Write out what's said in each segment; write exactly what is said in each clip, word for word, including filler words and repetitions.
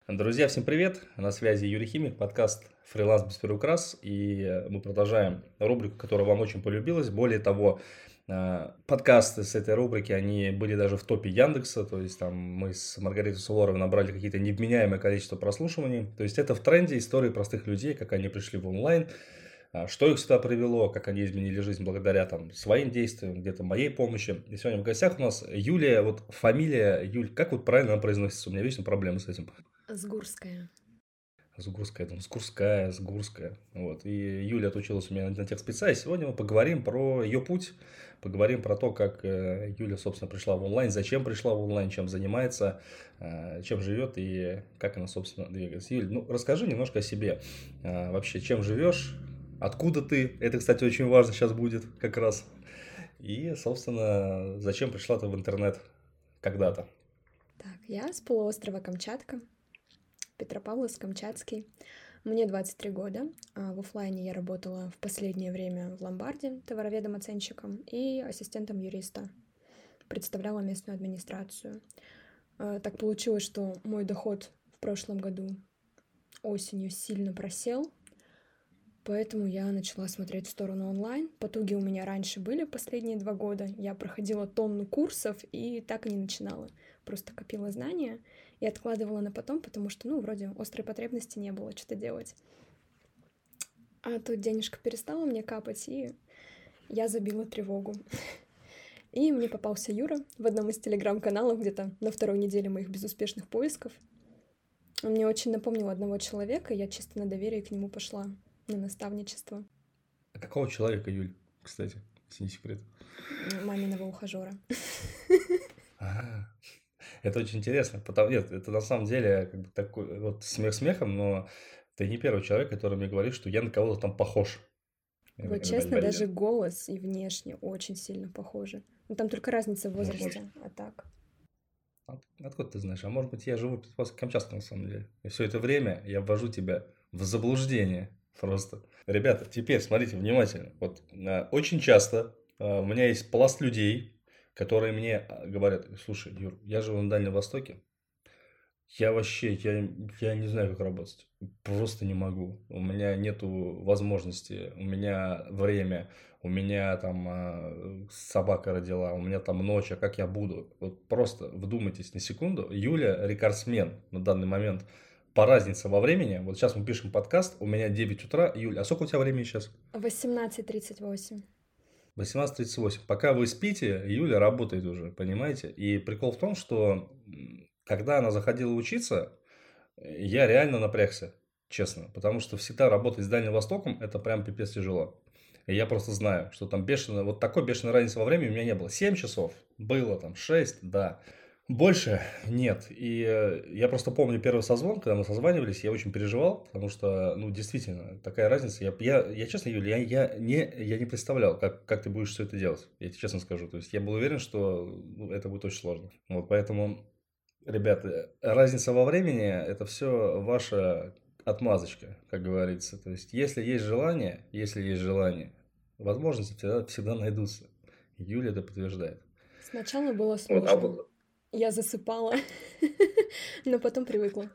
Друзья, всем привет! На связи Юрий Химик, подкаст «Фриланс без приукрас». И мы продолжаем рубрику, которая вам очень полюбилась. Более того, э, подкасты с этой рубрики, они были даже в топе Яндекса. То есть там мы с Маргаритой Суворовой набрали какие-то невменяемое количество прослушиваний. То есть это в тренде истории простых людей, как они пришли в онлайн, а, что их сюда привело, как они изменили жизнь благодаря там, своим действиям, где-то моей помощи. И сегодня в гостях у нас Юлия, вот фамилия Юль, как вот правильно она произносится? У меня вечно проблемы с этим. Сгурская. Сгурская, там, Сгурская, Сгурская. Вот. И Юля отучилась у меня на техспеца, и сегодня мы поговорим про ее путь, поговорим про то, как э, Юля, собственно, пришла в онлайн, зачем пришла в онлайн, чем занимается, э, чем живет и как она, собственно, двигается. Юль, ну, расскажи немножко о себе. Э, вообще, чем живешь, откуда ты, это, кстати, очень важно сейчас будет как раз. И, собственно, зачем пришла ты в интернет когда-то. Так, я с полуострова Камчатка, Петропавловск-Камчатский. Мне двадцать три года. а В оффлайне я работала в последнее время в ломбарде товароведом-оценщиком и ассистентом юриста. Представляла местную администрацию. А, Так получилось, что мой доход в прошлом году осенью сильно просел, поэтому я начала смотреть в сторону онлайн. Потуги у меня раньше были последние два года. Я проходила тонну курсов и так и не начинала. Просто копила знания и откладывала на потом, потому что, ну, вроде острой потребности не было что-то делать. А тут денежка перестала мне капать, и я забила тревогу. И мне попался Юра в одном из телеграм-каналов где-то на второй неделе моих безуспешных поисков. Он мне очень напомнил одного человека, и я чисто на доверие к нему пошла на наставничество. А какого человека, Юль, кстати, если не секрет? Маминого ухажера. А, это очень интересно, потому нет, это на самом деле как бы такой вот смех смехом, но ты не первый человек, который мне говорит, что я на кого-то там похож. Вот Иногда честно, говорили. даже голос и внешне очень сильно похожи. Ну, там только разница в Может, может. возрасте, а так. От- Откуда ты знаешь? А может быть, я живу в Петропавловске-Камчатском на самом деле. И все это время я ввожу тебя в заблуждение просто. Ребята, теперь смотрите внимательно. Вот а, очень часто а, у меня есть пласт людей, которые мне а, говорят: слушай, Юр, я живу на Дальнем Востоке. Я вообще, я, я не знаю, как работать. Просто не могу. У меня нету возможности, у меня время, у меня там а, собака родила, у меня там ночь, а как я буду? Вот просто вдумайтесь на секунду. Юля рекордсмен на данный момент по разнице во времени. Вот сейчас мы пишем подкаст, у меня девять утра. Юля, а сколько у тебя времени сейчас? восемнадцать тридцать восемь. восемнадцать тридцать восемь. Пока вы спите, Юля работает уже, понимаете? И прикол в том, что м, когда она заходила учиться, э, я реально напрягся, честно. Потому что всегда работать с Дальним Востоком, это прям пипец тяжело. И я просто знаю, что там бешено, вот такой бешеной разницы во времени у меня не было. семь часов было, там шесть, да. Больше нет. И э, я просто помню первый созвон, когда мы созванивались, я очень переживал, потому что, ну, действительно, такая разница. Я, я, я честно, Юля, я, я, не, я не представлял, как, как ты будешь все это делать. Я тебе честно скажу. То есть я был уверен, что ну, это будет очень сложно. Вот поэтому, ребята, разница во времени – это все ваша отмазочка, как говорится. То есть если есть желание, если есть желание, возможности всегда, всегда найдутся. Юля это подтверждает. Сначала было Вот, а сложно. вот Я засыпала, но потом привыкла.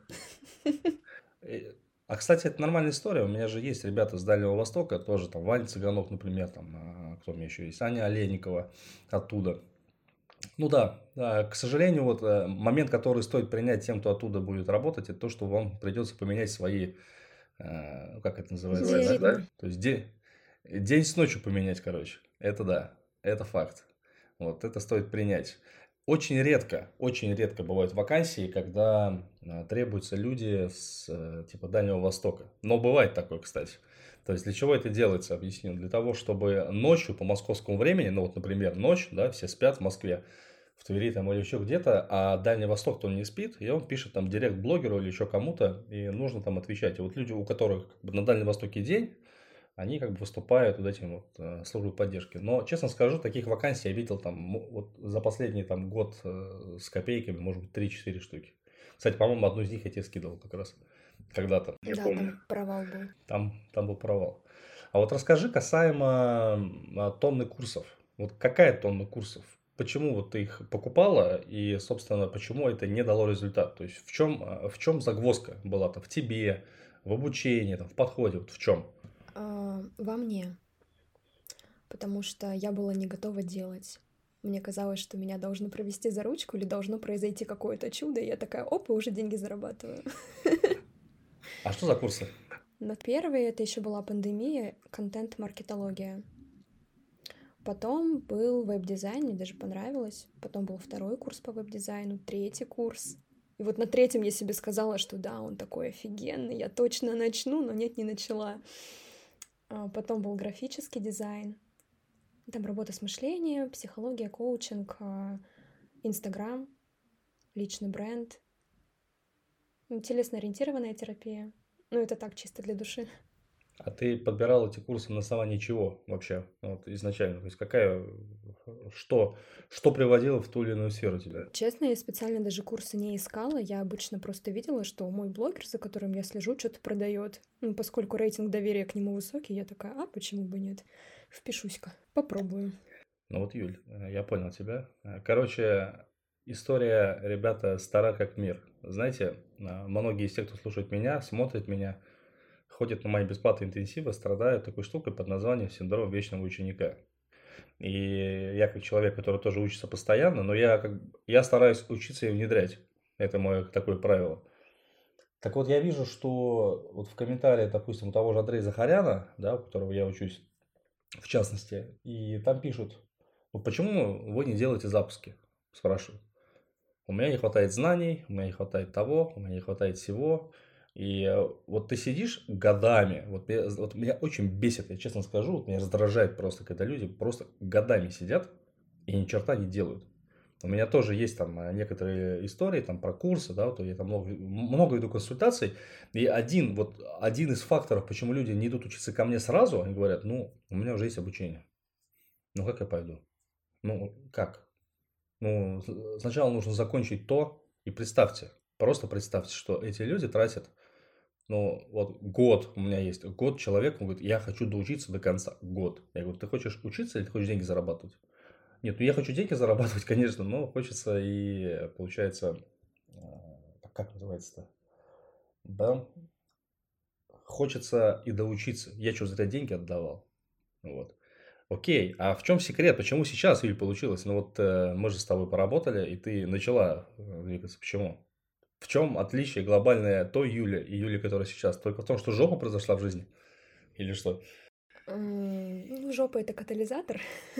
Э, А, кстати, это нормальная история. У меня же есть ребята с Дальнего Востока, тоже там Ваня Цыганок, например, там, а, кто у меня еще есть, Аня Олейникова оттуда. Ну да, да, к сожалению, вот э, момент, который стоит принять тем, кто оттуда будет работать, это то, что вам придется поменять свои, э, как это называется, да? Биоритмы. То есть день, день с ночью поменять, короче. Это да, это факт. Вот это стоит принять. Очень редко, очень редко бывают вакансии, когда а, требуются люди с э, типа Дальнего Востока. Но бывает такое, кстати. То есть для чего это делается, объясню. Для того, чтобы ночью по московскому времени, ну вот, например, ночь, да, все спят в Москве, в Твери там или еще где-то, а Дальний Восток-то он не спит, и он пишет там директ блогеру или еще кому-то, и нужно там отвечать. И вот люди, у которых как бы, на Дальнем Востоке день, они как бы выступают вот этим вот э, службой поддержки. Но, честно скажу, таких вакансий я видел там мо- вот за последний там год э, с копейками, может быть, три-четыре штуки. Кстати, по-моему, одну из них я тебе скидывал как раз когда-то, я Да, помню. там провал был. Там, там был провал. А вот расскажи касаемо м, а, тонны курсов. Вот какая тонна курсов? почему вот ты их покупала и, собственно, почему это не дало результат? То есть в чем, а, в чем загвоздка была-то? В тебе, в обучении, там, в подходе, вот в чем? А, во мне, потому что я была не готова делать. Мне казалось, что меня должны провести за ручку или должно произойти какое-то чудо, и я такая, оп, и уже деньги зарабатываю. А что за курсы? Но первый это еще была пандемия, контент-маркетология. Потом был веб-дизайн, мне даже понравилось. Потом был второй курс по веб-дизайну, третий курс. И вот на третьем я себе сказала, что да, он такой офигенный, я точно начну, но нет, не начала. А потом был графический дизайн. Там работа с мышлением, психология, коучинг, а, Инстаграм, личный бренд, м, телесно-ориентированная терапия. Ну, это так, чисто для души. А ты подбирал эти курсы на основании чего вообще? Вот изначально. То есть какая, что, что приводило в ту или иную сферу тебя? Честно, я специально даже курсы не искала. Я обычно просто видела, что мой блогер, за которым я слежу, что-то продает. Ну, поскольку рейтинг доверия к нему высокий, я такая, а почему бы нет? Впишусь-ка, попробую. Ну вот, Юль, э, я понял тебя. Э, Короче, история, ребята, стара как мир. Знаете, а, многие из тех, кто слушает меня, смотрит меня, ходят на мои бесплатные интенсивы, страдают такой штукой под названием синдром вечного ученика. И я как человек, который тоже учится постоянно, но я, как, я стараюсь учиться и внедрять. Это мое такое правило. Так вот, я вижу, что вот в комментариях, допустим, у того же Андрея Захаряна, да, у которого я учусь, в частности, и там пишут, ну почему вы не делаете запуски? Спрашивают. У меня не хватает знаний, у меня не хватает того, у меня не хватает всего. И э, вот ты сидишь годами, вот меня, вот меня очень бесит, я честно скажу, вот меня раздражает просто, когда люди просто годами сидят и ни черта не делают. У меня тоже есть там э, некоторые истории там про курсы, да, вот я там много, много иду консультаций, и один, вот, один из факторов, почему люди не идут учиться ко мне сразу, они говорят, ну, у меня уже есть обучение, ну как я пойду? Ну, как? Ну, с- сначала нужно закончить то, и представьте, просто представьте, что эти люди тратят, ну, вот год у меня есть, год человек, он говорит, я хочу доучиться до конца, год. Я говорю, ты хочешь учиться или ты хочешь деньги зарабатывать? Нет, ну я хочу деньги зарабатывать, конечно, но хочется и, получается, а, как называется-то? Да, хочется и доучиться. Я что, за это деньги отдавал? Вот. Окей, а в чем секрет? Почему сейчас, Юль, получилось? Ну вот э, мы же с тобой поработали, и ты начала э, двигаться. Почему? В чем отличие глобальное той Юли и Юли, которая сейчас? Только в том, что жопа произошла в жизни? Или что? М, Ну, жопа — это катализатор.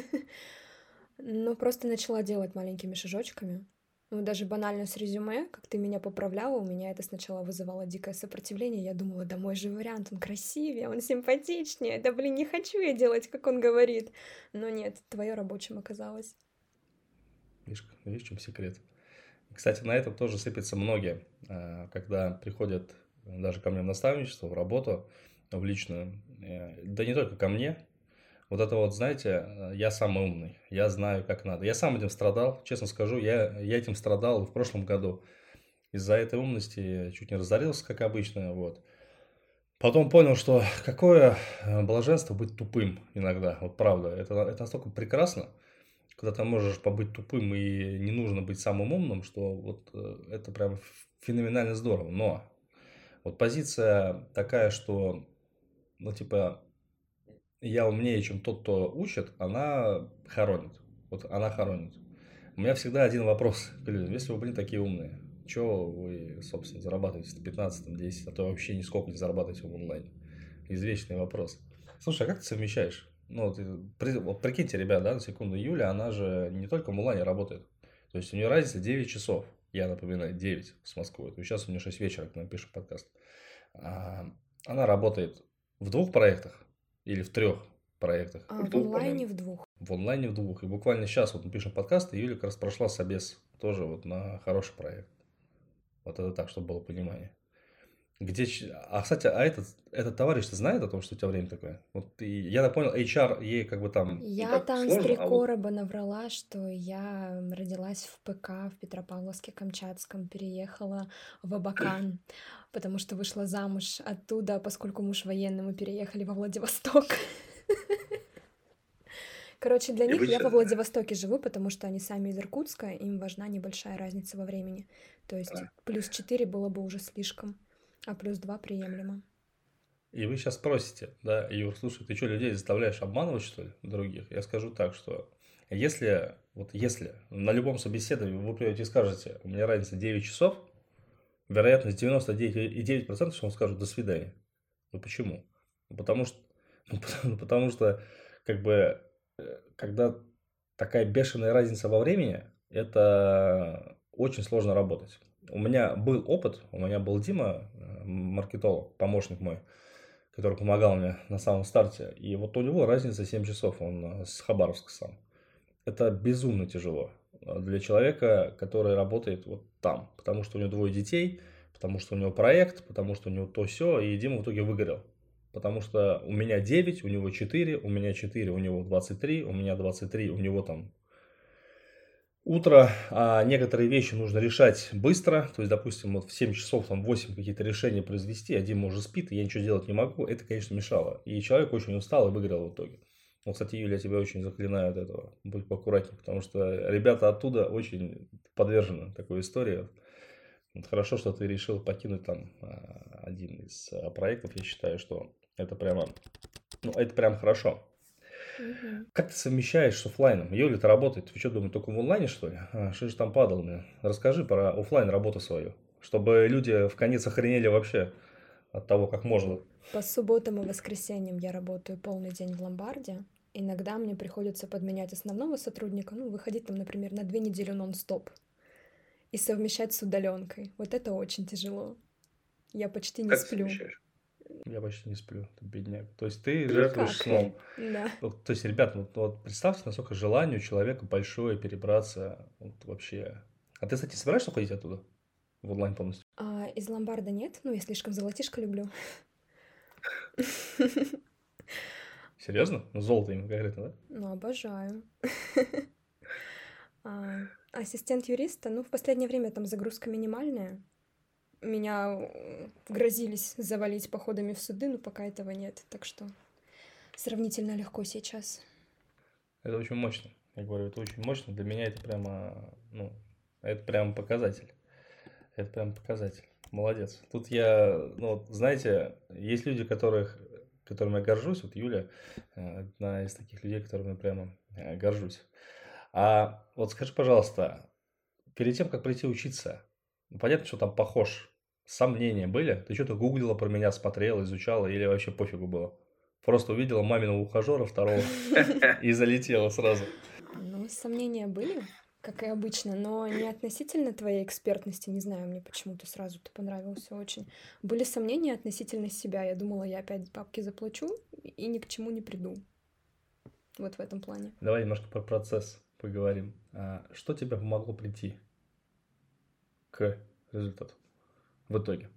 Но просто начала делать маленькими шажочками. Ну, даже банально с резюме, как ты меня поправляла, у меня это сначала вызывало дикое сопротивление. Я думала, да мой же вариант, он красивее, он симпатичнее. Да блин, не хочу я делать, как он говорит. Но нет, твое рабочим оказалось. Видишь, видишь, в чем секрет? Кстати, на этом тоже сыпятся многие, э, когда приходят даже ко мне в наставничество, в работу, в личную. Э, Да не только ко мне. Вот это вот, знаете, э, я самый умный, я знаю, как надо. Я сам этим страдал, честно скажу, я, я этим страдал в прошлом году. Из-за этой умности чуть не разорился, как обычно, вот. Потом понял, что какое э, блаженство быть тупым иногда, вот правда. Это, это настолько прекрасно, когда ты можешь побыть тупым и не нужно быть самым умным, что вот э, это прям феноменально здорово. Но вот позиция такая, что, ну, типа, я умнее, чем тот, кто учит, она хоронит. Вот она хоронит. У меня всегда один вопрос к людям. Если вы, блин, такие умные, что вы, собственно, зарабатываете на пятнадцать, десять, а то вообще нисколько не зарабатываете в онлайне? Извечный вопрос. Слушай, а как ты совмещаешь? Ну, вот, э, при- вот прикиньте, ребят, да, на секунду, Юля, она же не только в онлайне работает. То есть у нее разница девять часов. Я напоминаю, девять с Москвы. То есть сейчас у нее шесть вечера, когда мы пишем подкаст. А, Она работает в двух проектах или в трех проектах. А В в двух, онлайне по-моему. в двух. В онлайне в двух. И буквально сейчас вот мы пишем подкаст, и Юля как раз прошла собес тоже вот на хороший проект. Вот это так, чтобы было понимание. Где... ч- А, кстати, а этот, этот товарищ знает о том, что у тебя время такое? Вот и, я так понял, эйч ар ей как бы там, ну Я так, там с сложно, три а вот... короба наврала, что я родилась в ПК в Петропавловске-Камчатском, переехала в Абакан, потому что вышла замуж оттуда, поскольку муж военный, мы переехали во Владивосток. Короче, для И них вы я во сейчас... Владивостоке живу, потому что они сами из Иркутска, им важна небольшая разница во времени. То есть плюс четыре было бы уже слишком, а плюс два приемлемо. И вы сейчас спросите, да, Юр, слушай, ты что, людей заставляешь обманывать, что ли, других? Я скажу так, что если, вот если на любом собеседовании вы придете и скажете, у меня разница девять часов, вероятность девяносто девять и девять процентов, что он скажет «до свидания». Ну почему? Ну, потому что, ну, потому, потому что, как бы, э, когда такая бешеная разница во времени, это очень сложно работать. У меня был опыт, у меня был Дима, э, маркетолог, помощник мой, который помогал мне на самом старте. И вот у него разница семь часов, он э, с Хабаровска сам. Это безумно тяжело э, для человека, который работает вот там, потому что у него двое детей, потому что у него проект, потому что у него то все, и Дима в итоге выгорел. Потому что у меня девять, у него четыре, у меня четыре, у него двадцать три, у меня двадцать три, у него там утро, а некоторые вещи нужно решать быстро. То есть, допустим, вот в семь часов, там, восемь какие-то решения произвести, а Дима уже спит, и я ничего делать не могу. Это, конечно, мешало. И человек очень устал и выиграл в итоге. Вот, кстати, Юля, я тебя очень заклинаю от этого. Будь поаккуратнее, потому что ребята оттуда очень подвержены такой истории. Вот хорошо, что ты решил покинуть там а, один из а, проектов. Я считаю, что это прямо, ну, это прям хорошо. Мгм. Как ты совмещаешь с оффлайном? Юля-то работает. Вы что, думаете, только в онлайне, что ли? А, что же там падал мне? Расскажи про оффлайн работу свою, чтобы люди в конец охренели вообще от того, как можно. По субботам и воскресеньям я работаю полный день в ломбарде. Иногда мне приходится подменять основного сотрудника, ну, выходить там, например, на две недели нон-стоп и совмещать с удаленкой. Вот это очень тяжело. Я почти не Как ты сплю. совмещаешь? Я почти не сплю, ты бедняк. То есть ты Я жертвуешь Никак. сном. Да. Вот, то есть, ребят, вот, вот представьте, насколько желание у человека большое перебраться вот, вообще. А ты, кстати, собираешься уходить оттуда? В онлайн полностью? А, из ломбарда нет, ну, я слишком золотишко люблю. Серьезно? Ну, золото именно конкретно, да? Ну, обожаю. А, ассистент юриста, ну, в последнее время там загрузка минимальная. Меня э, грозились завалить походами в суды, но пока этого нет, так что сравнительно легко сейчас. Это очень мощно. Я говорю, это очень мощно. Для меня это прямо, ну, это прям показатель. Это прям показатель. Молодец. Тут я, ну, вот, знаете, есть люди, которых, которыми я горжусь. Вот Юля, э, одна из таких людей, которыми я прямо э, горжусь. А вот скажи, пожалуйста, перед тем, как прийти учиться, ну, понятно, что там похож, сомнения были? Ты что-то гуглила про меня, смотрела, изучала или вообще пофигу было? Просто увидела маминого ухажера второго и залетела сразу. Ну, сомнения были, как и обычно, но не относительно твоей экспертности, не знаю, мне почему-то сразу ты понравился очень. Были сомнения относительно себя, я думала, я опять бабки заплачу и ни к чему не приду. Вот в этом плане. Давай немножко про процесс поговорим. А что тебе помогло прийти к результату в итоге?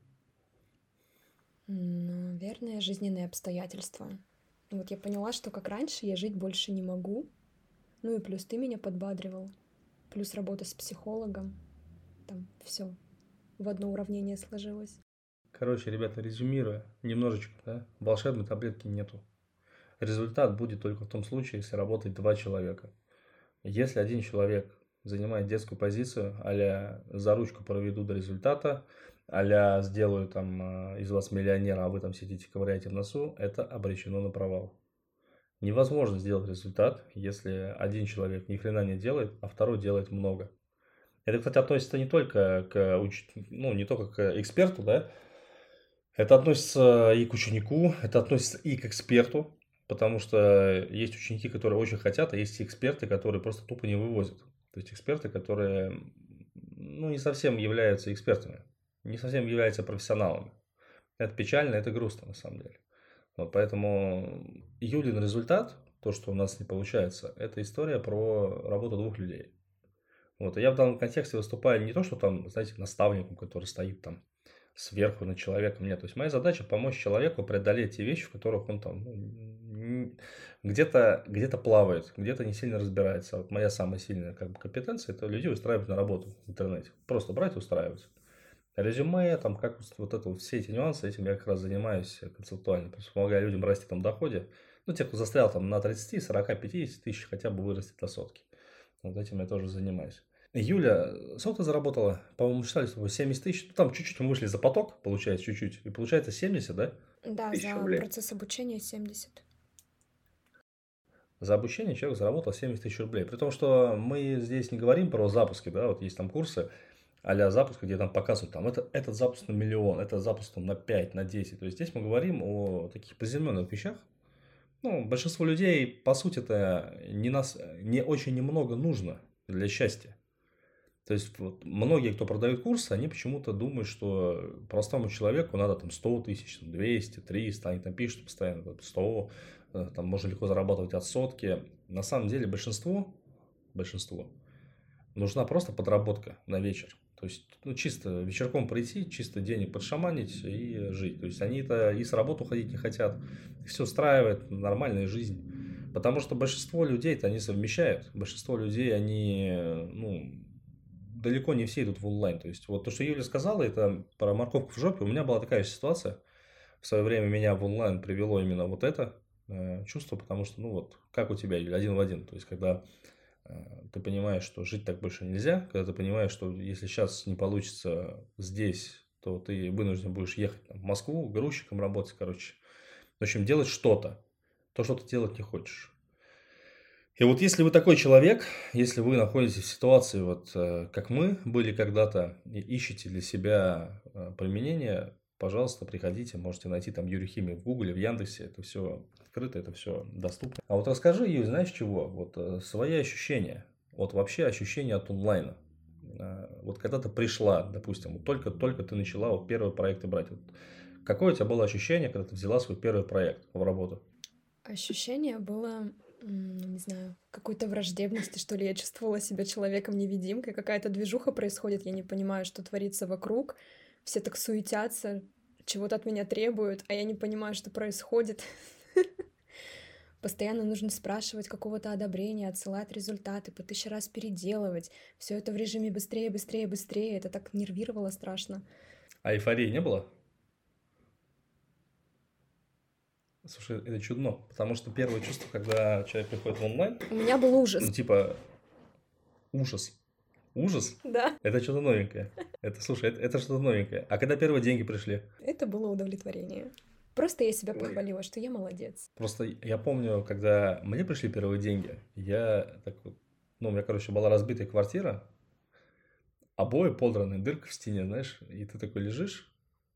Наверное, жизненные обстоятельства. Вот я поняла, что как раньше я жить больше не могу. Ну и плюс ты меня подбадривал. Плюс работа с психологом. Там все в одно уравнение сложилось. Короче, ребята, резюмируя немножечко, да, волшебной таблетки нету. Результат будет только в том случае, если работает два человека. Если один человек занимает детскую позицию, а-ля за ручку проведу до результата, а-ля сделаю там из вас миллионера, а вы там сидите ковыряете в носу, это обречено на провал. Невозможно сделать результат, если один человек ни хрена не делает, а второй делает много. Это, кстати, относится не только к, уч- ну, не только к эксперту, да, это относится и к ученику, это относится и к эксперту, потому что есть ученики, которые очень хотят, а есть и эксперты, которые просто тупо не вывозят. То есть эксперты, которые, ну, не совсем являются экспертами, не совсем являются профессионалами. Это печально, это грустно на самом деле. Вот поэтому Юлин результат, то, что у нас не получается, это история про работу двух людей. Вот, и я в данном контексте выступаю не то, что там, знаете, наставником, который стоит там сверху над человеком. Нет, то есть моя задача помочь человеку преодолеть те вещи, в которых он там ну, где-то где плавает, где-то не сильно разбирается. Вот моя самая сильная как бы компетенция – это людей устраивать на работу в интернете. Просто брать и устраивать. Резюме, там, как вот это вот, все эти нюансы, этим я как раз занимаюсь концептуально. Просто помогаю людям расти там в доходе. Ну, те, кто застрял там на тридцати, сорока, пятидесяти тысяч, хотя бы вырастет до сотки. Вот этим я тоже занимаюсь. Юля, сколько ты заработала? По-моему, считали, что семьдесят тысяч. Ну, там чуть-чуть мы вышли за поток, получается, чуть-чуть. И получается семьдесят, да? Да, Тысяч за рублей. процесс обучения семьдесят. За обучение человек заработал семьдесят тысяч рублей. При том, что мы здесь не говорим про запуски, да, вот есть там курсы а-ля запуск, где там показывают, там, это, этот запуск на миллион, этот запуск там, на пять, на десять. То есть здесь мы говорим о таких приземленных вещах. Ну, большинству людей, по сути, это не, нас, не очень немного нужно для счастья. То есть, вот, многие, кто продают курсы, они почему-то думают, что простому человеку надо там сто тысяч, двести, триста, они там пишут постоянно сто, там можно легко зарабатывать от сотки. На самом деле большинству, большинству нужна просто подработка на вечер. То есть, ну, чисто вечерком прийти, чисто денег подшаманить и жить. То есть, они-то и с работы уходить не хотят, все устраивает, нормальная жизнь. Потому что большинство людей-то они совмещают. Большинство людей, они, ну, далеко не все идут в онлайн. То есть, вот то, что Юля сказала, это про морковку в жопе. У меня была такая же ситуация. В свое время меня в онлайн привело именно вот это э, чувство, потому что, ну вот, как у тебя, Юля, один в один. То есть, когда э, ты понимаешь, что жить так больше нельзя, когда ты понимаешь, что если сейчас не получится здесь, то ты вынужден будешь ехать там, в Москву, грузчиком работать, короче. В общем, делать что-то, то, что ты делать не хочешь. И вот если вы такой человек, если вы находитесь в ситуации, вот э, как мы были когда-то, и ищете для себя э, применение, пожалуйста, приходите, можете найти там Юрий Химия в Гугле, в Яндексе, это все открыто, это все доступно. А вот расскажи, Юрий, знаешь чего? Вот э, свои ощущения, вот вообще ощущения от онлайна. Э, Вот когда ты пришла, допустим, вот только-только ты начала вот первые проекты брать, вот какое у тебя было ощущение, когда ты взяла свой первый проект в работу? Ощущение было, м, не знаю, какой-то враждебности, что ли. Я чувствовала себя человеком-невидимкой. Какая-то движуха происходит, я не понимаю, что творится вокруг. Все так суетятся, чего-то от меня требуют, а я не понимаю, что происходит. Постоянно нужно спрашивать какого-то одобрения, отсылать результаты, по тысяче раз переделывать. Все это в режиме быстрее, быстрее, быстрее. Это так нервировало страшно. А эйфории не было? Слушай, это чудно, потому что первое чувство, когда человек приходит в онлайн, У меня был ужас. ну, типа, ужас. Ужас? Да. Это что-то новенькое. Это, слушай, это, это что-то новенькое. А когда первые деньги пришли? Это было удовлетворение. Просто я себя похвалила, что я молодец. Просто я помню, когда мне пришли первые деньги, я так вот, ну, у меня, короче, была разбитая квартира, обои подранные, дырка в стене, знаешь, и ты такой лежишь,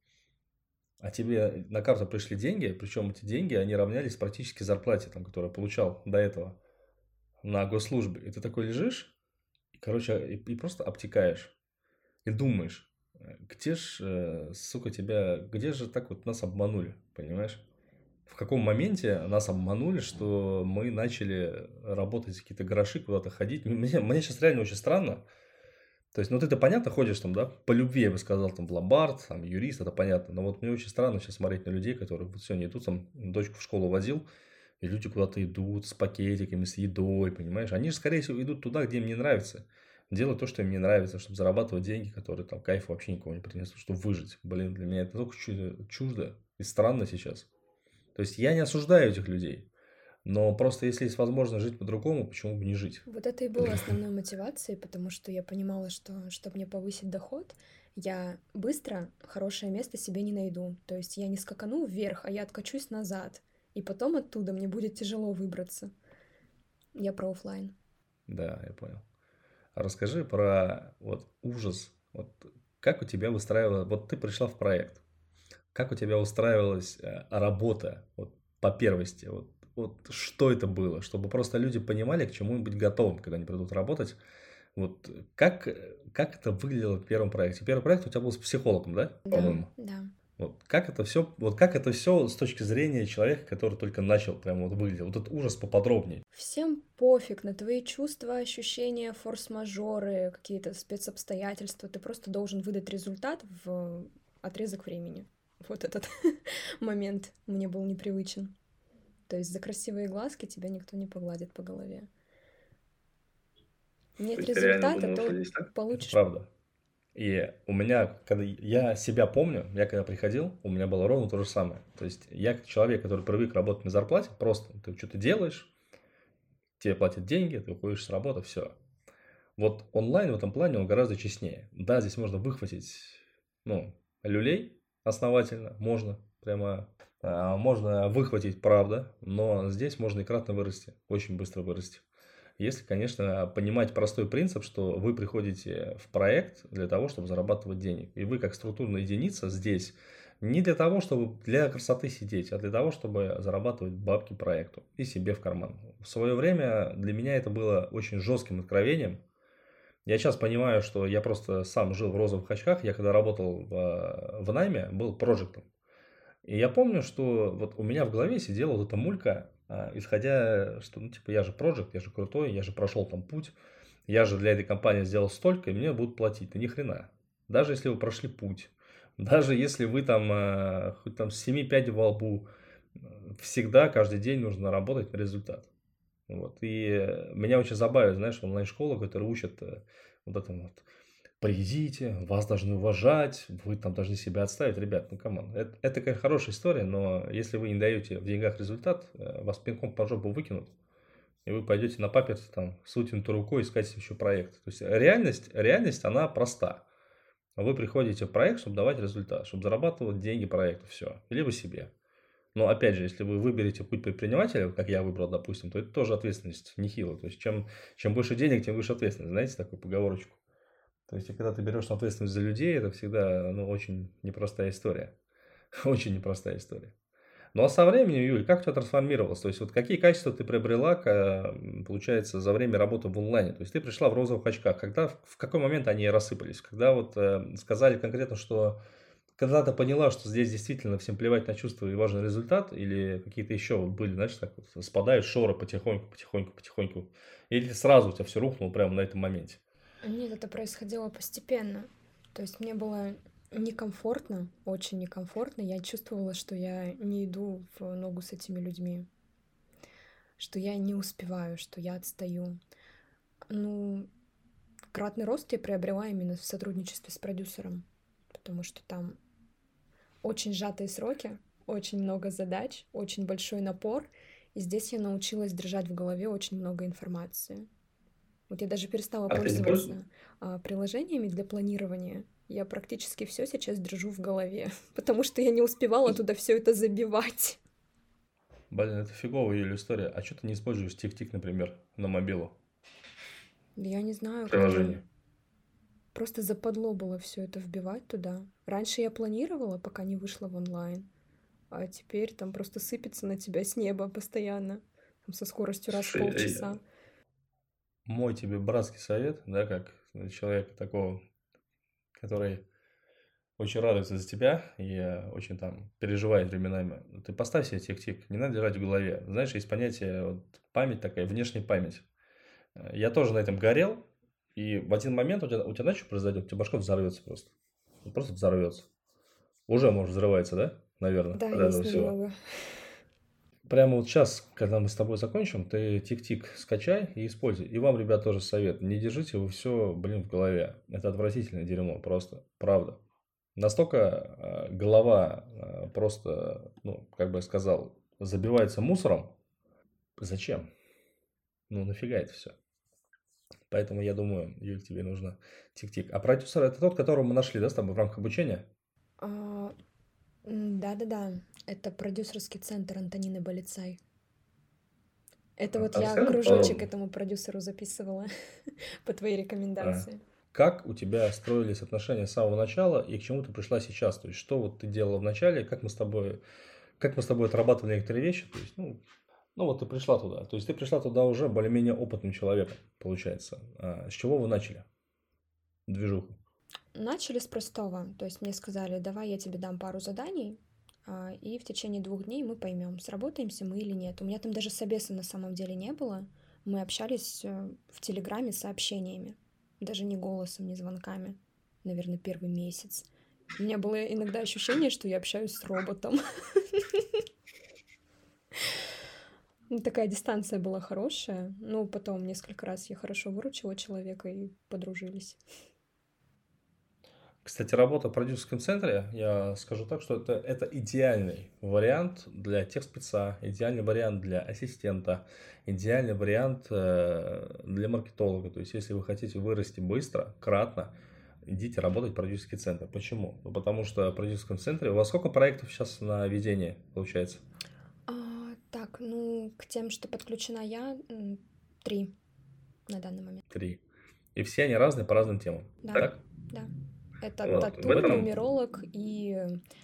а тебе на карту пришли деньги, причем эти деньги, они равнялись практически зарплате, там, которую я получал до этого на госслужбе. И ты такой лежишь, и, короче, и, и просто обтекаешь. И думаешь, э, где ж, э, сука, тебя, где же так вот нас обманули, понимаешь? В каком моменте нас обманули, что мы начали работать за какие-то гроши, куда-то ходить. Мне, мне сейчас реально очень странно. То есть, ну ты-то понятно ходишь там, да, по любви, я бы сказал, там в ломбард, там юрист, это понятно. Но вот мне очень странно сейчас смотреть на людей, которые вот сегодня идут, там, дочку в школу возил, и люди куда-то идут с пакетиками, с едой, понимаешь? Они же, скорее всего, идут туда, где им не нравится. Делать то, что им не нравится, чтобы зарабатывать деньги, которые там кайфа вообще никого не принесут, чтобы выжить. Блин, для меня это только чуждо и странно сейчас. То есть, я не осуждаю этих людей. Но просто если есть возможность жить по-другому, почему бы не жить? Вот это и было основной мотивацией, потому что я понимала, что чтобы мне повысить доход, я быстро хорошее место себе не найду. То есть я не скакану вверх, а я откачусь назад. И потом оттуда мне будет тяжело выбраться. Я про оффлайн. Да, я понял. А расскажи про вот ужас. Вот как у тебя выстраивалась... Вот ты пришла в проект. Как у тебя устраивалась э, работа вот, по первости? Вот, вот что это было? Чтобы просто люди понимали, к чему им быть готовым, когда они придут работать. Вот как, как это выглядело в первом проекте? Первый проект у тебя был с психологом, да, Да, по-моему? да. Вот как это все, вот как это все с точки зрения человека, который только начал, прям вот выглядел. Вот этот ужас поподробнее. Всем пофиг на твои чувства, ощущения, форс-мажоры, какие-то спецобстоятельства. Ты просто должен выдать результат в отрезок времени. Вот этот момент мне был непривычен. То есть за красивые глазки тебя никто не погладит по голове. Нет То есть ты реально результата, думал, что то здесь так? Это получишь... правда. И у меня, когда я себя помню, я когда приходил, у меня было ровно то же самое. То есть я как человек, который привык работать на зарплате, просто ты что-то делаешь, тебе платят деньги, ты уходишь с работы, все. Вот онлайн в этом плане он гораздо честнее. Да, здесь можно выхватить, ну, люлей основательно, можно, прямо, а, можно выхватить, правда, но здесь можно и кратно вырасти, очень быстро вырасти. Если, конечно, понимать простой принцип, что вы приходите в проект для того, чтобы зарабатывать денег. И вы как структурная единица здесь не для того, чтобы для красоты сидеть, а для того, чтобы зарабатывать бабки проекту и себе в карман. В свое время для меня это было очень жестким откровением. Я сейчас понимаю, что я просто сам жил в розовых очках. Я когда работал в, в найме, был проектом. И я помню, что вот у меня в голове сидела вот эта мулька, а, исходя, что, ну, типа, я же проект, я же крутой, я же прошел там путь, я же для этой компании сделал столько, и мне будут платить. Да ни хрена. Даже если вы прошли путь, даже если вы там, а, хоть там с семи пядей во лбу, э, всегда, каждый день нужно работать на результат. Вот. И э, меня очень забавит, знаешь, онлайн-школа, которая учат э, вот этому вот. Придите, вас должны уважать, вы там должны себя отставить. Ребят, ну камон, это, это конечно, хорошая история, но если вы не даете в деньгах результат, э, вас пинком по жопу выкинут, и вы пойдете на паперти там с вытянутой рукой искать себе еще проект. То есть реальность, реальность, она проста. Вы приходите в проект, чтобы давать результат, чтобы зарабатывать деньги проекту, все, либо себе. Но опять же, если вы выберете путь предпринимателя, как я выбрал, допустим, то это тоже ответственность нехилая. То есть чем, чем больше денег, тем выше ответственность. Знаете такую поговорочку? То есть, и когда ты берешь ответственность за людей, это всегда, ну, очень непростая история. Очень непростая история. Ну, а со временем, Юль, как у тебя трансформировалось? То есть, вот какие качества ты приобрела, ка- получается, за время работы в онлайне? То есть, ты пришла в розовых очках. Когда, в какой момент они рассыпались? Когда вот э, сказали конкретно, что когда ты поняла, что здесь действительно всем плевать на чувства и важен результат, или какие-то еще вот были, знаешь, так вот спадают шоры потихоньку, потихоньку, потихоньку, или сразу у тебя все рухнуло прямо на этом моменте? Нет, это происходило постепенно. То есть мне было некомфортно, очень некомфортно. Я чувствовала, что я не иду в ногу с этими людьми, что я не успеваю, что я отстаю. Ну, кратный рост я приобрела именно в сотрудничестве с продюсером, потому что там очень сжатые сроки, очень много задач, очень большой напор, и здесь я научилась держать в голове очень много информации. Вот я даже перестала А ты не пользуешься? пользоваться а, приложениями для планирования. Я практически все сейчас держу в голове, потому что я не успевала туда все это забивать. Блин, это фиговая Юля история. А что ты не используешь тик-тик, например, на мобилу Я не знаю, как-то приложение? просто западло было все это вбивать туда. Раньше я планировала, пока не вышла в онлайн, а теперь там просто сыпется на тебя с неба постоянно, там со скоростью раз в Слушай, э, полчаса. мой тебе братский совет, да, как человека такого, который очень радуется за тебя и э, очень там переживает временами. Ты поставь себе тик-тик, не надо держать в голове. Знаешь, есть понятие вот, память такая, внешняя память. Э, Я тоже на этом горел, и в один момент у тебя, у тебя знаешь, что произойдет? У тебя башка взорвется просто. Вот просто взорвется. Уже, может, взрывается, да? Наверное, Да, от этого есть всего. немного. Прямо вот сейчас, когда мы с тобой закончим, ты тик-тик скачай и используй. И вам, ребят, тоже совет. Не держите вы все, блин, в голове. Это отвратительное дерьмо, просто. Правда. Настолько э, голова э, просто, ну, как бы я сказал, забивается мусором. Зачем? Ну, нафига это все? Поэтому я думаю, Юль, тебе нужно тик-тик. А продюсер это тот, которого мы нашли, да, с тобой в рамках обучения? А, м, Да-да-да, это продюсерский центр Антонины Болицай. Это А вот а я расскажи кружочек подробнее. этому продюсеру записывала по твоей А, рекомендации. Как у тебя строились отношения с самого начала и к чему ты пришла сейчас? То есть, что вот ты делала в начале, как мы с тобой, как мы с тобой отрабатывали некоторые вещи? То есть, ну, ну вот ты пришла туда. То есть, ты пришла туда уже более-менее опытным человеком, получается. А с чего вы начали движуху? Начали с простого, то есть мне сказали, давай я тебе дам пару заданий, а, и в течение двух дней мы поймем, сработаемся мы или нет. У меня там даже собеса на самом деле не было. Мы общались э, в Телеграме сообщениями, даже не голосом, не звонками, наверное, первый месяц. У меня было иногда ощущение, что я общаюсь с роботом. Ну, такая дистанция была хорошая. Ну, потом несколько раз я хорошо выручила человека и подружились. Кстати, работа в продюсерском центре, я скажу так, что это, это идеальный вариант для техспеца, идеальный вариант для ассистента, идеальный вариант э, для маркетолога. То есть, если вы хотите вырасти быстро, кратно, идите работать в продюсерский центр. Почему? Ну, потому что в продюсерском центре у вас сколько проектов сейчас на ведение получается? А, так, ну, к тем, что подключена я, м, три на данный момент. Три. И все они разные по разным темам. Да, Так? да. Это Вот. В тату, этом нумеролог и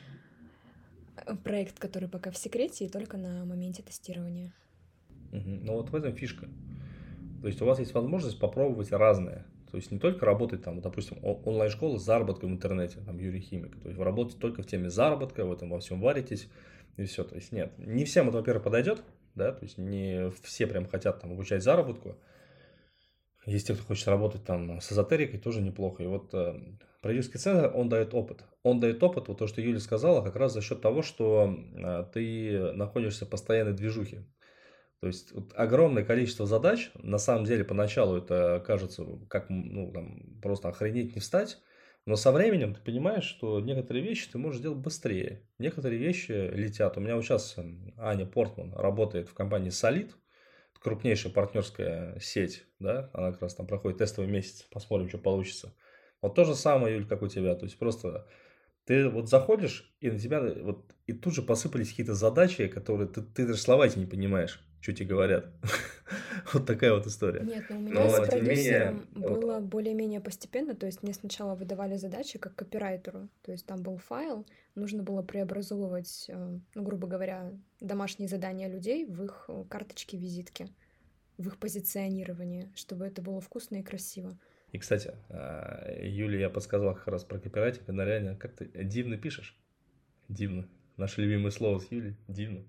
э, проект, который пока в секрете и только на моменте тестирования. Мгм. Ну вот в этом фишка. То есть у вас есть возможность попробовать разное. То есть не только работать там, допустим, о- онлайн-школа с заработком в интернете, там Юрий Химик. То есть вы работаете только в теме заработка, в этом во всем варитесь и все. То есть нет, не всем это, во-первых, подойдет, да, то есть не все прям хотят там обучать заработку. Есть те, кто хочет работать там с эзотерикой, тоже неплохо. И вот э, продюсерский центр, он дает опыт. Он дает опыт, вот то, что Юля сказала, как раз за счет того, что э, ты находишься в постоянной движухе. То есть вот огромное количество задач, на самом деле поначалу это кажется как ну, там, просто охренеть не встать, но со временем ты понимаешь, что некоторые вещи ты можешь делать быстрее, некоторые вещи летят. У меня вот сейчас м, Аня Портман работает в компании Solid, крупнейшая партнерская сеть, да, она как раз там проходит тестовый месяц, посмотрим, что получится. Вот то же самое, Юль, как у тебя, то есть просто ты вот заходишь, и на тебя вот и тут же посыпались какие-то задачи, которые ты, ты даже слова эти не понимаешь, что тебе говорят. Вот такая вот история. Нет, но у меня с Но, тем не менее, продюсером вот, было более-менее постепенно, то есть мне сначала выдавали задачи как копирайтеру, то есть там был файл, нужно было преобразовывать, э, ну, грубо говоря, домашние задания людей в их э, карточки-визитки, в их позиционирование, чтобы это было вкусно и красиво. и, кстати, а, Юле я подсказал как раз про копирайтинг, она реально, как ты дивно пишешь, дивно. Наше любимое слово с Юлей, дивно.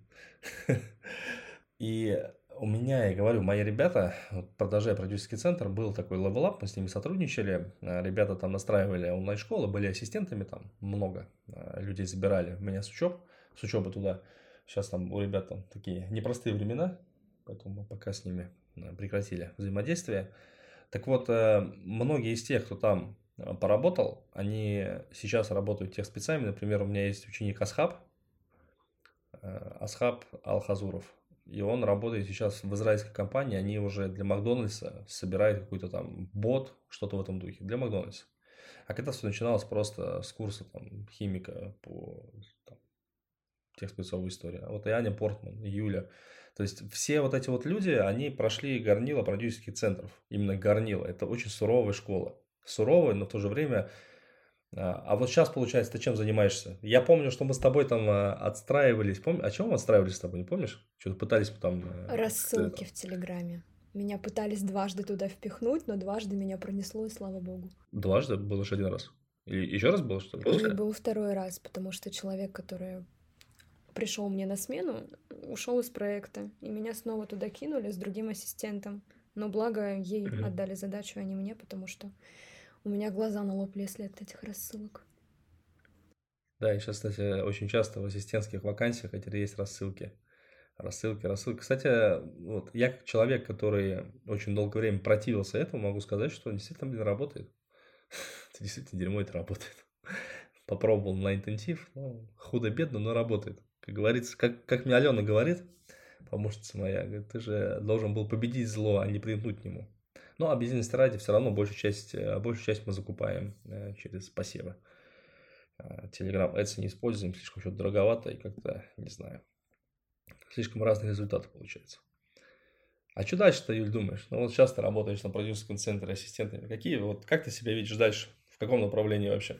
И у меня, я говорю, мои ребята, вот продолжая продюсерский центр, был такой level up, мы с ними сотрудничали. А, Ребята там настраивали онлайн-школы, были ассистентами там много. а, Людей забирали меня с учеб, с учебы туда. Сейчас там у ребят там такие непростые времена, поэтому мы пока с ними а, прекратили взаимодействие. Так вот, э, многие из тех, кто там а, поработал, они сейчас работают техспецами. Например, у меня есть ученик Асхаб, э, Асхаб Ал-Хазуров. И он работает сейчас в израильской компании, они уже для Макдональдса собирают какой-то там бот, что-то в этом духе, для Макдональдса. А когда все начиналось просто с курса там, химика по там, техспецовой истории. А вот и Аня Портман, и Юля. То есть все вот эти вот люди, они прошли горнило продюсерских центров. Именно горнило. Это очень суровая школа. Суровая, но в то же время а а вот сейчас, получается, ты чем занимаешься? Я помню, что мы с тобой там а, отстраивались. Помни, о чем мы отстраивались с тобой, не помнишь? Что-то пытались там э, как-то Рассылки там. в Телеграме. Меня пытались дважды туда впихнуть, но дважды меня пронесло, и слава богу. Дважды было лишь один раз. Или еще раз было, что ли? И был второй раз, потому что человек, который пришел мне на смену, ушел из проекта, и меня снова туда кинули с другим ассистентом. Но благо ей Мгм. отдали задачу, а не мне, потому что у меня глаза на лоб лезли от этих рассылок. Да, и сейчас, кстати, очень часто в ассистентских вакансиях эти есть рассылки. Рассылки, рассылки. Кстати, вот я как человек, который очень долгое время противился этому, могу сказать, что действительно, блин, работает. Это действительно дерьмо, это работает. Попробовал на интенсив, ну, худо-бедно, но работает. Как говорится, как, как мне Алена говорит, помощница моя, говорит, ты же должен был победить зло, а не примкнуть к нему. Ну, а бизнес ради все равно большую часть, э, большую часть мы закупаем э, через посевы. Telegram Ads не используем, слишком что-то дороговато и как-то, не знаю, слишком разные результаты получаются. А что дальше-то, Юль, думаешь? Ну, вот сейчас ты работаешь на продюсерском центре ассистентами. Какие, вот как ты себя видишь дальше? В каком направлении вообще?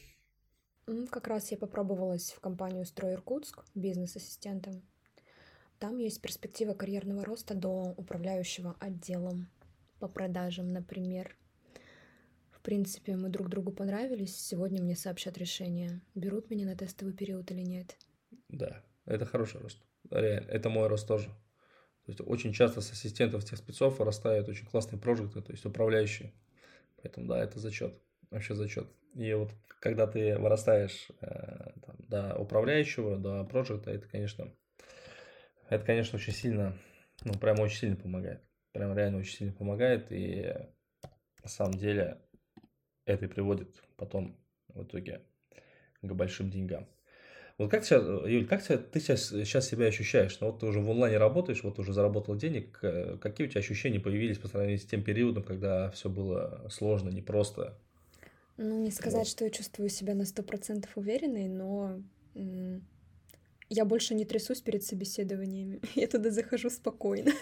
М, Как раз я попробовалась в компанию «Строй Иркутск» бизнес-ассистентом. Там есть перспектива карьерного роста до управляющего отделом по продажам, например. В принципе, мы друг другу понравились. Сегодня мне сообщат решение, берут меня на тестовый период или нет. Да, это хороший рост. Реально, это мой рост тоже. То есть очень часто с ассистентов тех спецов вырастают очень классные проекты, то есть управляющие. Поэтому да, это зачет. Вообще зачет. И вот когда ты вырастаешь э, там, до управляющего, до проекта, это, конечно, это, конечно, очень сильно, ну, прям очень сильно помогает. Прям реально очень сильно помогает. И на самом деле это и приводит потом в итоге к большим деньгам. Вот как сейчас, Юль, как тебя, ты сейчас, сейчас себя ощущаешь? Ну, вот ты уже в онлайне работаешь, вот уже заработал денег. э, Какие у тебя ощущения появились по сравнению с тем периодом, когда все было сложно, непросто? Ну, не сказать, Вот. что я чувствую себя на сто процентов уверенной, но м, я больше не трясусь перед собеседованиями. Я туда захожу спокойно,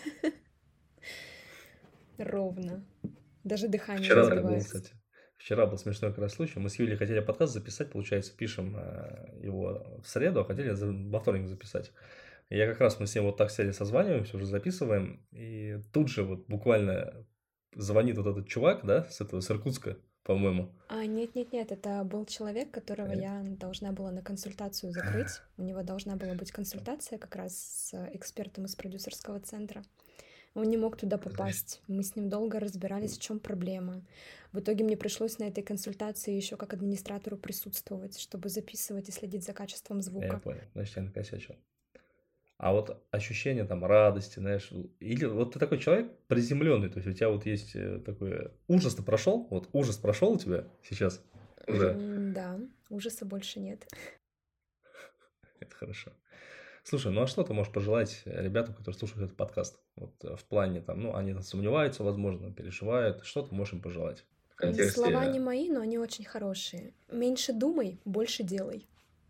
ровно. Даже дыхание не Вчера так было, сбивается. кстати. Вчера был смешной как раз случай. Мы с Юлей хотели подкаст записать, получается, пишем э, его в среду, а хотели за- во вторник записать. И я как раз, мы с ним вот так сели, созваниваемся, уже записываем, и тут же вот буквально звонит вот этот чувак, да, с этого, с Иркутска, по-моему. А, нет-нет-нет, это был человек, которого Э, я должна была на консультацию закрыть. У него должна была быть консультация как раз с экспертом из продюсерского центра. Он не мог туда Значит, попасть. Мы с ним долго разбирались, в чем проблема. В итоге мне пришлось на этой консультации еще как администратору присутствовать, чтобы записывать и следить за качеством я звука. понял, значит, я накосячил. А вот ощущение там радости, знаешь, или вот ты такой человек приземленный, то есть у тебя вот есть э, такой ужас-то прошел, вот ужас прошел у тебя сейчас уже, М, Да, ужаса больше нет. это хорошо. Слушай, ну а что ты можешь пожелать э, ребятам, которые слушают этот подкаст? Вот э, в плане там, ну, они там сомневаются, возможно, переживают. Что ты можешь им пожелать в М, Слова не контексте? мои, но они очень хорошие. Меньше думай, больше делай.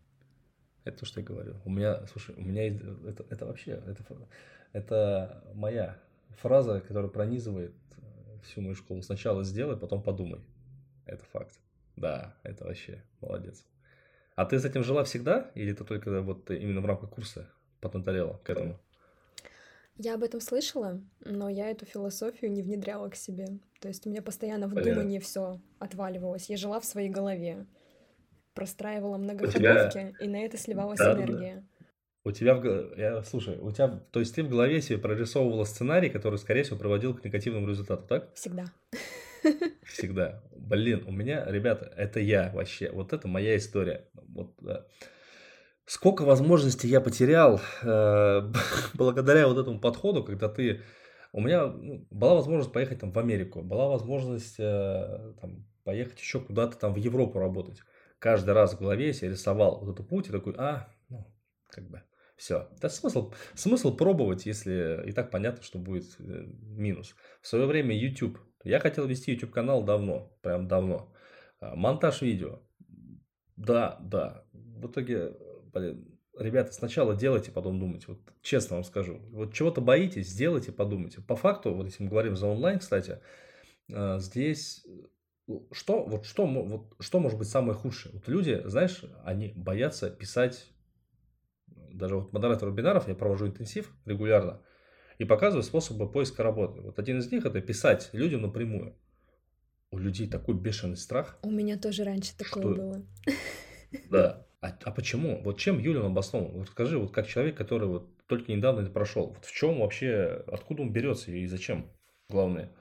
Это то, что я говорю. У меня, слушай, у меня есть, э, это, это вообще, это, фа- это моя фраза, которая пронизывает э, всю мою школу. Сначала сделай, потом подумай. Это факт. Да, это вообще молодец. А ты с этим жила всегда? Или ты только вот именно в рамках курса поднаторела к этому? Я об этом слышала, но я эту философию не внедряла к себе. То есть у меня постоянно в Блин, думании все отваливалось. Я жила в своей голове, простраивала у тебя... многоходовки, и на это сливалась Да-да-да. энергия. У тебя в го- я, слушай, у тебя, то есть ты в голове себе прорисовывала сценарий, который, скорее всего, приводил к негативному результату, так? Всегда. Всегда. Блин, у меня, ребята, это я вообще, вот это моя история. Вот, да. Сколько возможностей я потерял э, благодаря вот этому подходу, когда ты... У меня ну, была возможность поехать там в Америку, была возможность э, там, поехать еще куда-то там в Европу работать. Каждый раз в голове я себе рисовал вот этот путь и такой, а, ну, как бы, все. Да смысл, смысл пробовать, если и так понятно, что будет э, минус. В свое время YouTube. Я хотел вести YouTube-канал давно, прям давно. А, Монтаж видео. Да, да. В итоге, блин, ребята, сначала делайте, потом думайте. Вот честно вам скажу. Вот чего-то боитесь, сделайте, подумайте. По факту, вот если мы говорим за онлайн, кстати, э, здесь э, что, вот что, мо- вот что может быть самое худшее? Вот люди, знаешь, они боятся писать, даже вот модератор вебинаров, я провожу интенсив регулярно и показываю способы поиска работы. Вот один из них это писать людям напрямую. У людей такой бешеный страх, У меня тоже раньше такое что было. да. А, а почему? Вот чем Юлин обоснован? Вот скажи, вот как человек, который вот только недавно это прошел, вот в чем вообще, откуда он берется и зачем? Главное.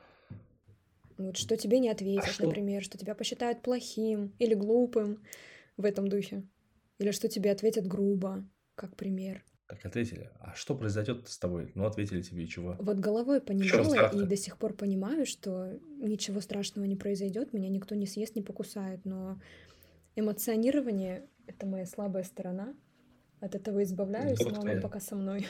Вот что тебе не А ответят, что? например, что тебя посчитают плохим или глупым в этом духе. Или что тебе ответят грубо, как пример. Как ответили? А что произойдет с тобой? Ну, ответили тебе и чего? Вот головой В чем понимала и страх-то? до сих пор понимаю, что ничего страшного не произойдет, меня никто не съест, не покусает, но эмоционирование — это моя слабая сторона. От этого Не избавляюсь, только но оно твоя. пока со мной.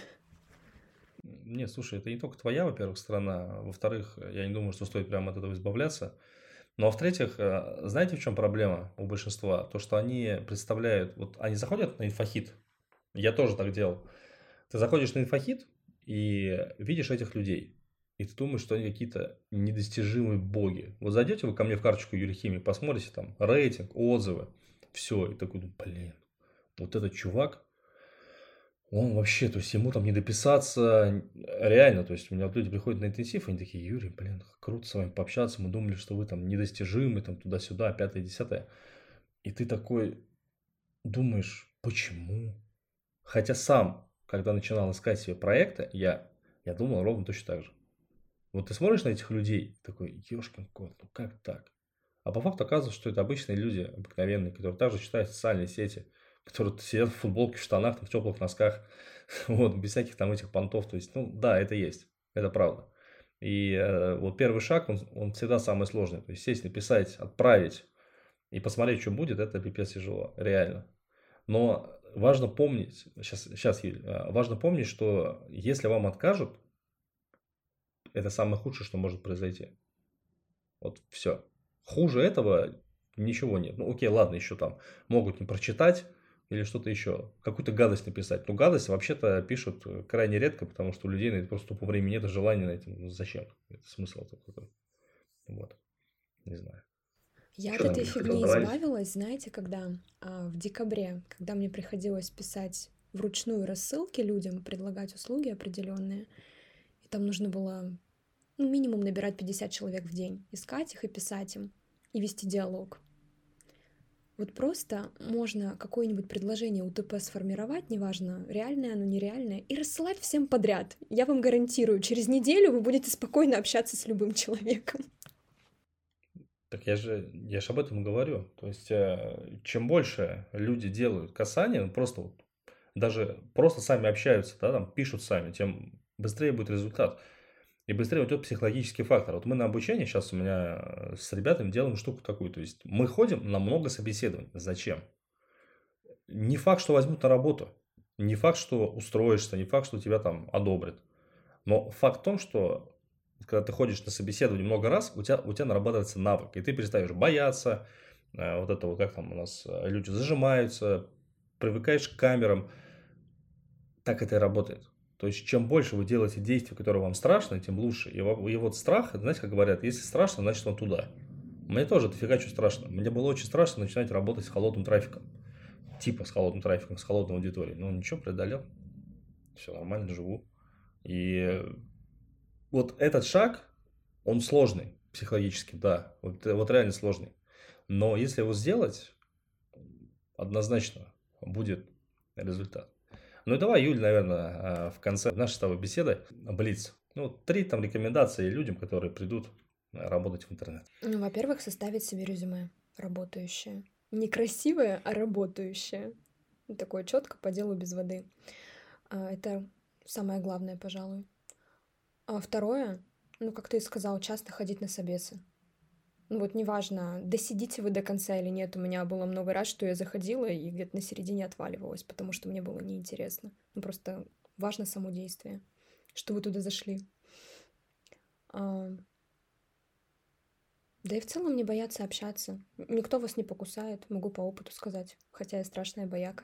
Нет, слушай, это не только твоя, во-первых, сторона. Во-вторых, я не думаю, что стоит прямо от этого избавляться. Ну, а в-третьих, э, знаете, в чем проблема у большинства? То, что они представляют, вот они заходят на инфохит, я тоже так делал. Ты заходишь на инфохит и видишь этих людей. И ты думаешь, что они какие-то недостижимые боги. Вот зайдете вы ко мне в карточку Юрхимии, посмотрите там рейтинг, отзывы. Все. И такой, ну, блин, вот этот чувак, он вообще, то есть ему там не дописаться, реально, то есть у меня вот люди приходят на интенсив, они такие, Юрий, блин, круто с вами пообщаться, мы думали, что вы там недостижимы, там туда-сюда, пятое, десятое. И ты такой думаешь, почему? Хотя сам, когда начинал искать себе проекты, я, я думал ровно точно так же. Вот ты смотришь на этих людей, такой, ешкин кот, ну как так? А по факту оказывается, что это обычные люди, обыкновенные, которые также читают социальные сети, которые сидят в футболке, в штанах, там, в теплых носках, вот, без всяких там этих понтов. То есть, ну да, это есть, это правда. И э, вот первый шаг, он, он всегда самый сложный. То есть сесть, написать, отправить. И посмотреть, что будет, это пипец тяжело, реально. Но важно помнить, сейчас, сейчас, Юль, а, важно помнить, что если вам откажут, это самое худшее, что может произойти. Вот все. Хуже этого ничего нет. Ну, окей, ладно, еще там могут не прочитать или что-то еще, какую-то гадость написать. Но гадость вообще-то пишут крайне редко, потому что у людей на это просто тупо времени нет и желания на это. Ну, зачем? Это смысл такой. Вот. Не знаю. Я Что от там, этой Юль, хотел фигни добавить? избавилась, знаете, когда а, в декабре, когда мне приходилось писать вручную рассылки людям, предлагать услуги определенные, и там нужно было ну, минимум набирать пятьдесят человек в день, искать их и писать им, и вести диалог. Вот просто можно какое-нибудь предложение УТП сформировать, неважно, реальное оно, нереальное, и рассылать всем подряд. Я вам гарантирую, через неделю вы будете спокойно общаться с любым человеком. Так я же, я же об этом и говорю. То есть, э, чем больше люди делают касания, ну, просто вот, даже просто сами общаются, да, там, пишут сами, тем быстрее будет результат. И быстрее уйдет психологический фактор. Вот мы на обучении сейчас у меня э, с ребятами делаем штуку такую. То есть, мы ходим на много собеседований. Зачем? Не факт, что возьмут на работу. Не факт, что устроишься. Не факт, что тебя там одобрят. Но факт в том, что когда ты ходишь на собеседование много раз, у тебя, у тебя нарабатывается навык. И ты перестаешь бояться. э, Вот это вот как там у нас э, люди зажимаются. Привыкаешь к камерам. Так это и работает. То есть, чем больше вы делаете действий, которые вам страшны, тем лучше. И, во- и вот страх, знаете, как говорят, если страшно, значит он туда. Мне тоже дофига что страшно. Мне было очень страшно начинать работать с холодным трафиком. Типа с холодным трафиком, с холодной аудиторией. Ну, ничего, преодолел. Все нормально, живу. И вот этот шаг, он сложный психологически, да. Вот, э, вот реально сложный. Но если его сделать, однозначно будет результат. Ну и давай, Юль, наверное, а, в конце нашей с тобой беседы блиц. Ну, три там рекомендации людям, которые придут а, работать в интернет. Ну, во-первых, составить себе резюме работающее. Не красивое, а работающее. Ну, такое четко по делу без воды. А, Это самое главное, пожалуй. А второе, ну, как ты и сказал, часто ходить на собесы. Ну вот неважно, досидите вы до конца или нет, у меня было много раз, что я заходила и где-то на середине отваливалась, потому что мне было неинтересно. Ну просто важно само действие, что вы туда зашли. А, Да и в целом не бояться общаться. Никто вас не покусает, могу по опыту сказать, хотя я страшная бояка.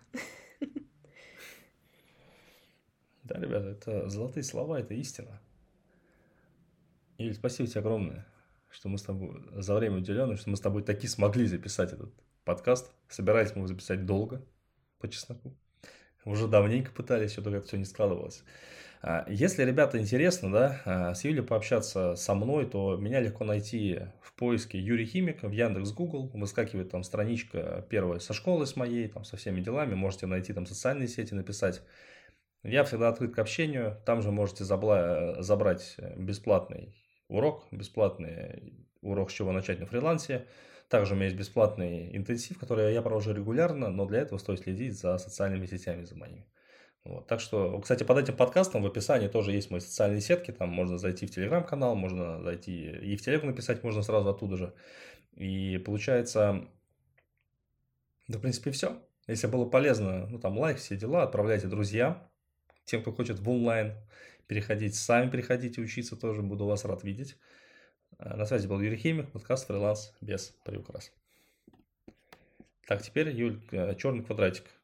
Да, ребята, это золотые слова, это истина. Юль, спасибо тебе огромное, что мы с тобой за время уделенное, что мы с тобой таки смогли записать этот подкаст. Собирались мы его записать долго, по чесноку. Уже давненько пытались, все только это все не складывалось. А, Если, ребята, интересно, да, а, с Юлей пообщаться со мной, то меня легко найти в поиске Юрий Химик в Яндекс, Google. Выскакивает там страничка первая со школы с моей, там со всеми делами. Можете найти там социальные сети, написать. Я всегда открыт к общению. Там же можете забла- забрать бесплатный урок, бесплатный урок, с чего начать на фрилансе. Также у меня есть бесплатный интенсив, который я провожу регулярно, но для этого стоит следить за социальными сетями, за моими. Вот. Так что, кстати, под этим подкастом в описании тоже есть мои социальные сетки. Там можно зайти в телеграм-канал, можно зайти и в телегу написать, можно сразу оттуда же. И получается, да, в принципе, все. Если было полезно, ну там лайк, все дела, отправляйте друзьям. Тем, кто хочет в онлайн переходить, сами переходите учиться тоже, буду вас рад видеть. На связи был Юрий Химик, подкаст «Фриланс без приукрас». Так, теперь, Юль, черный квадратик.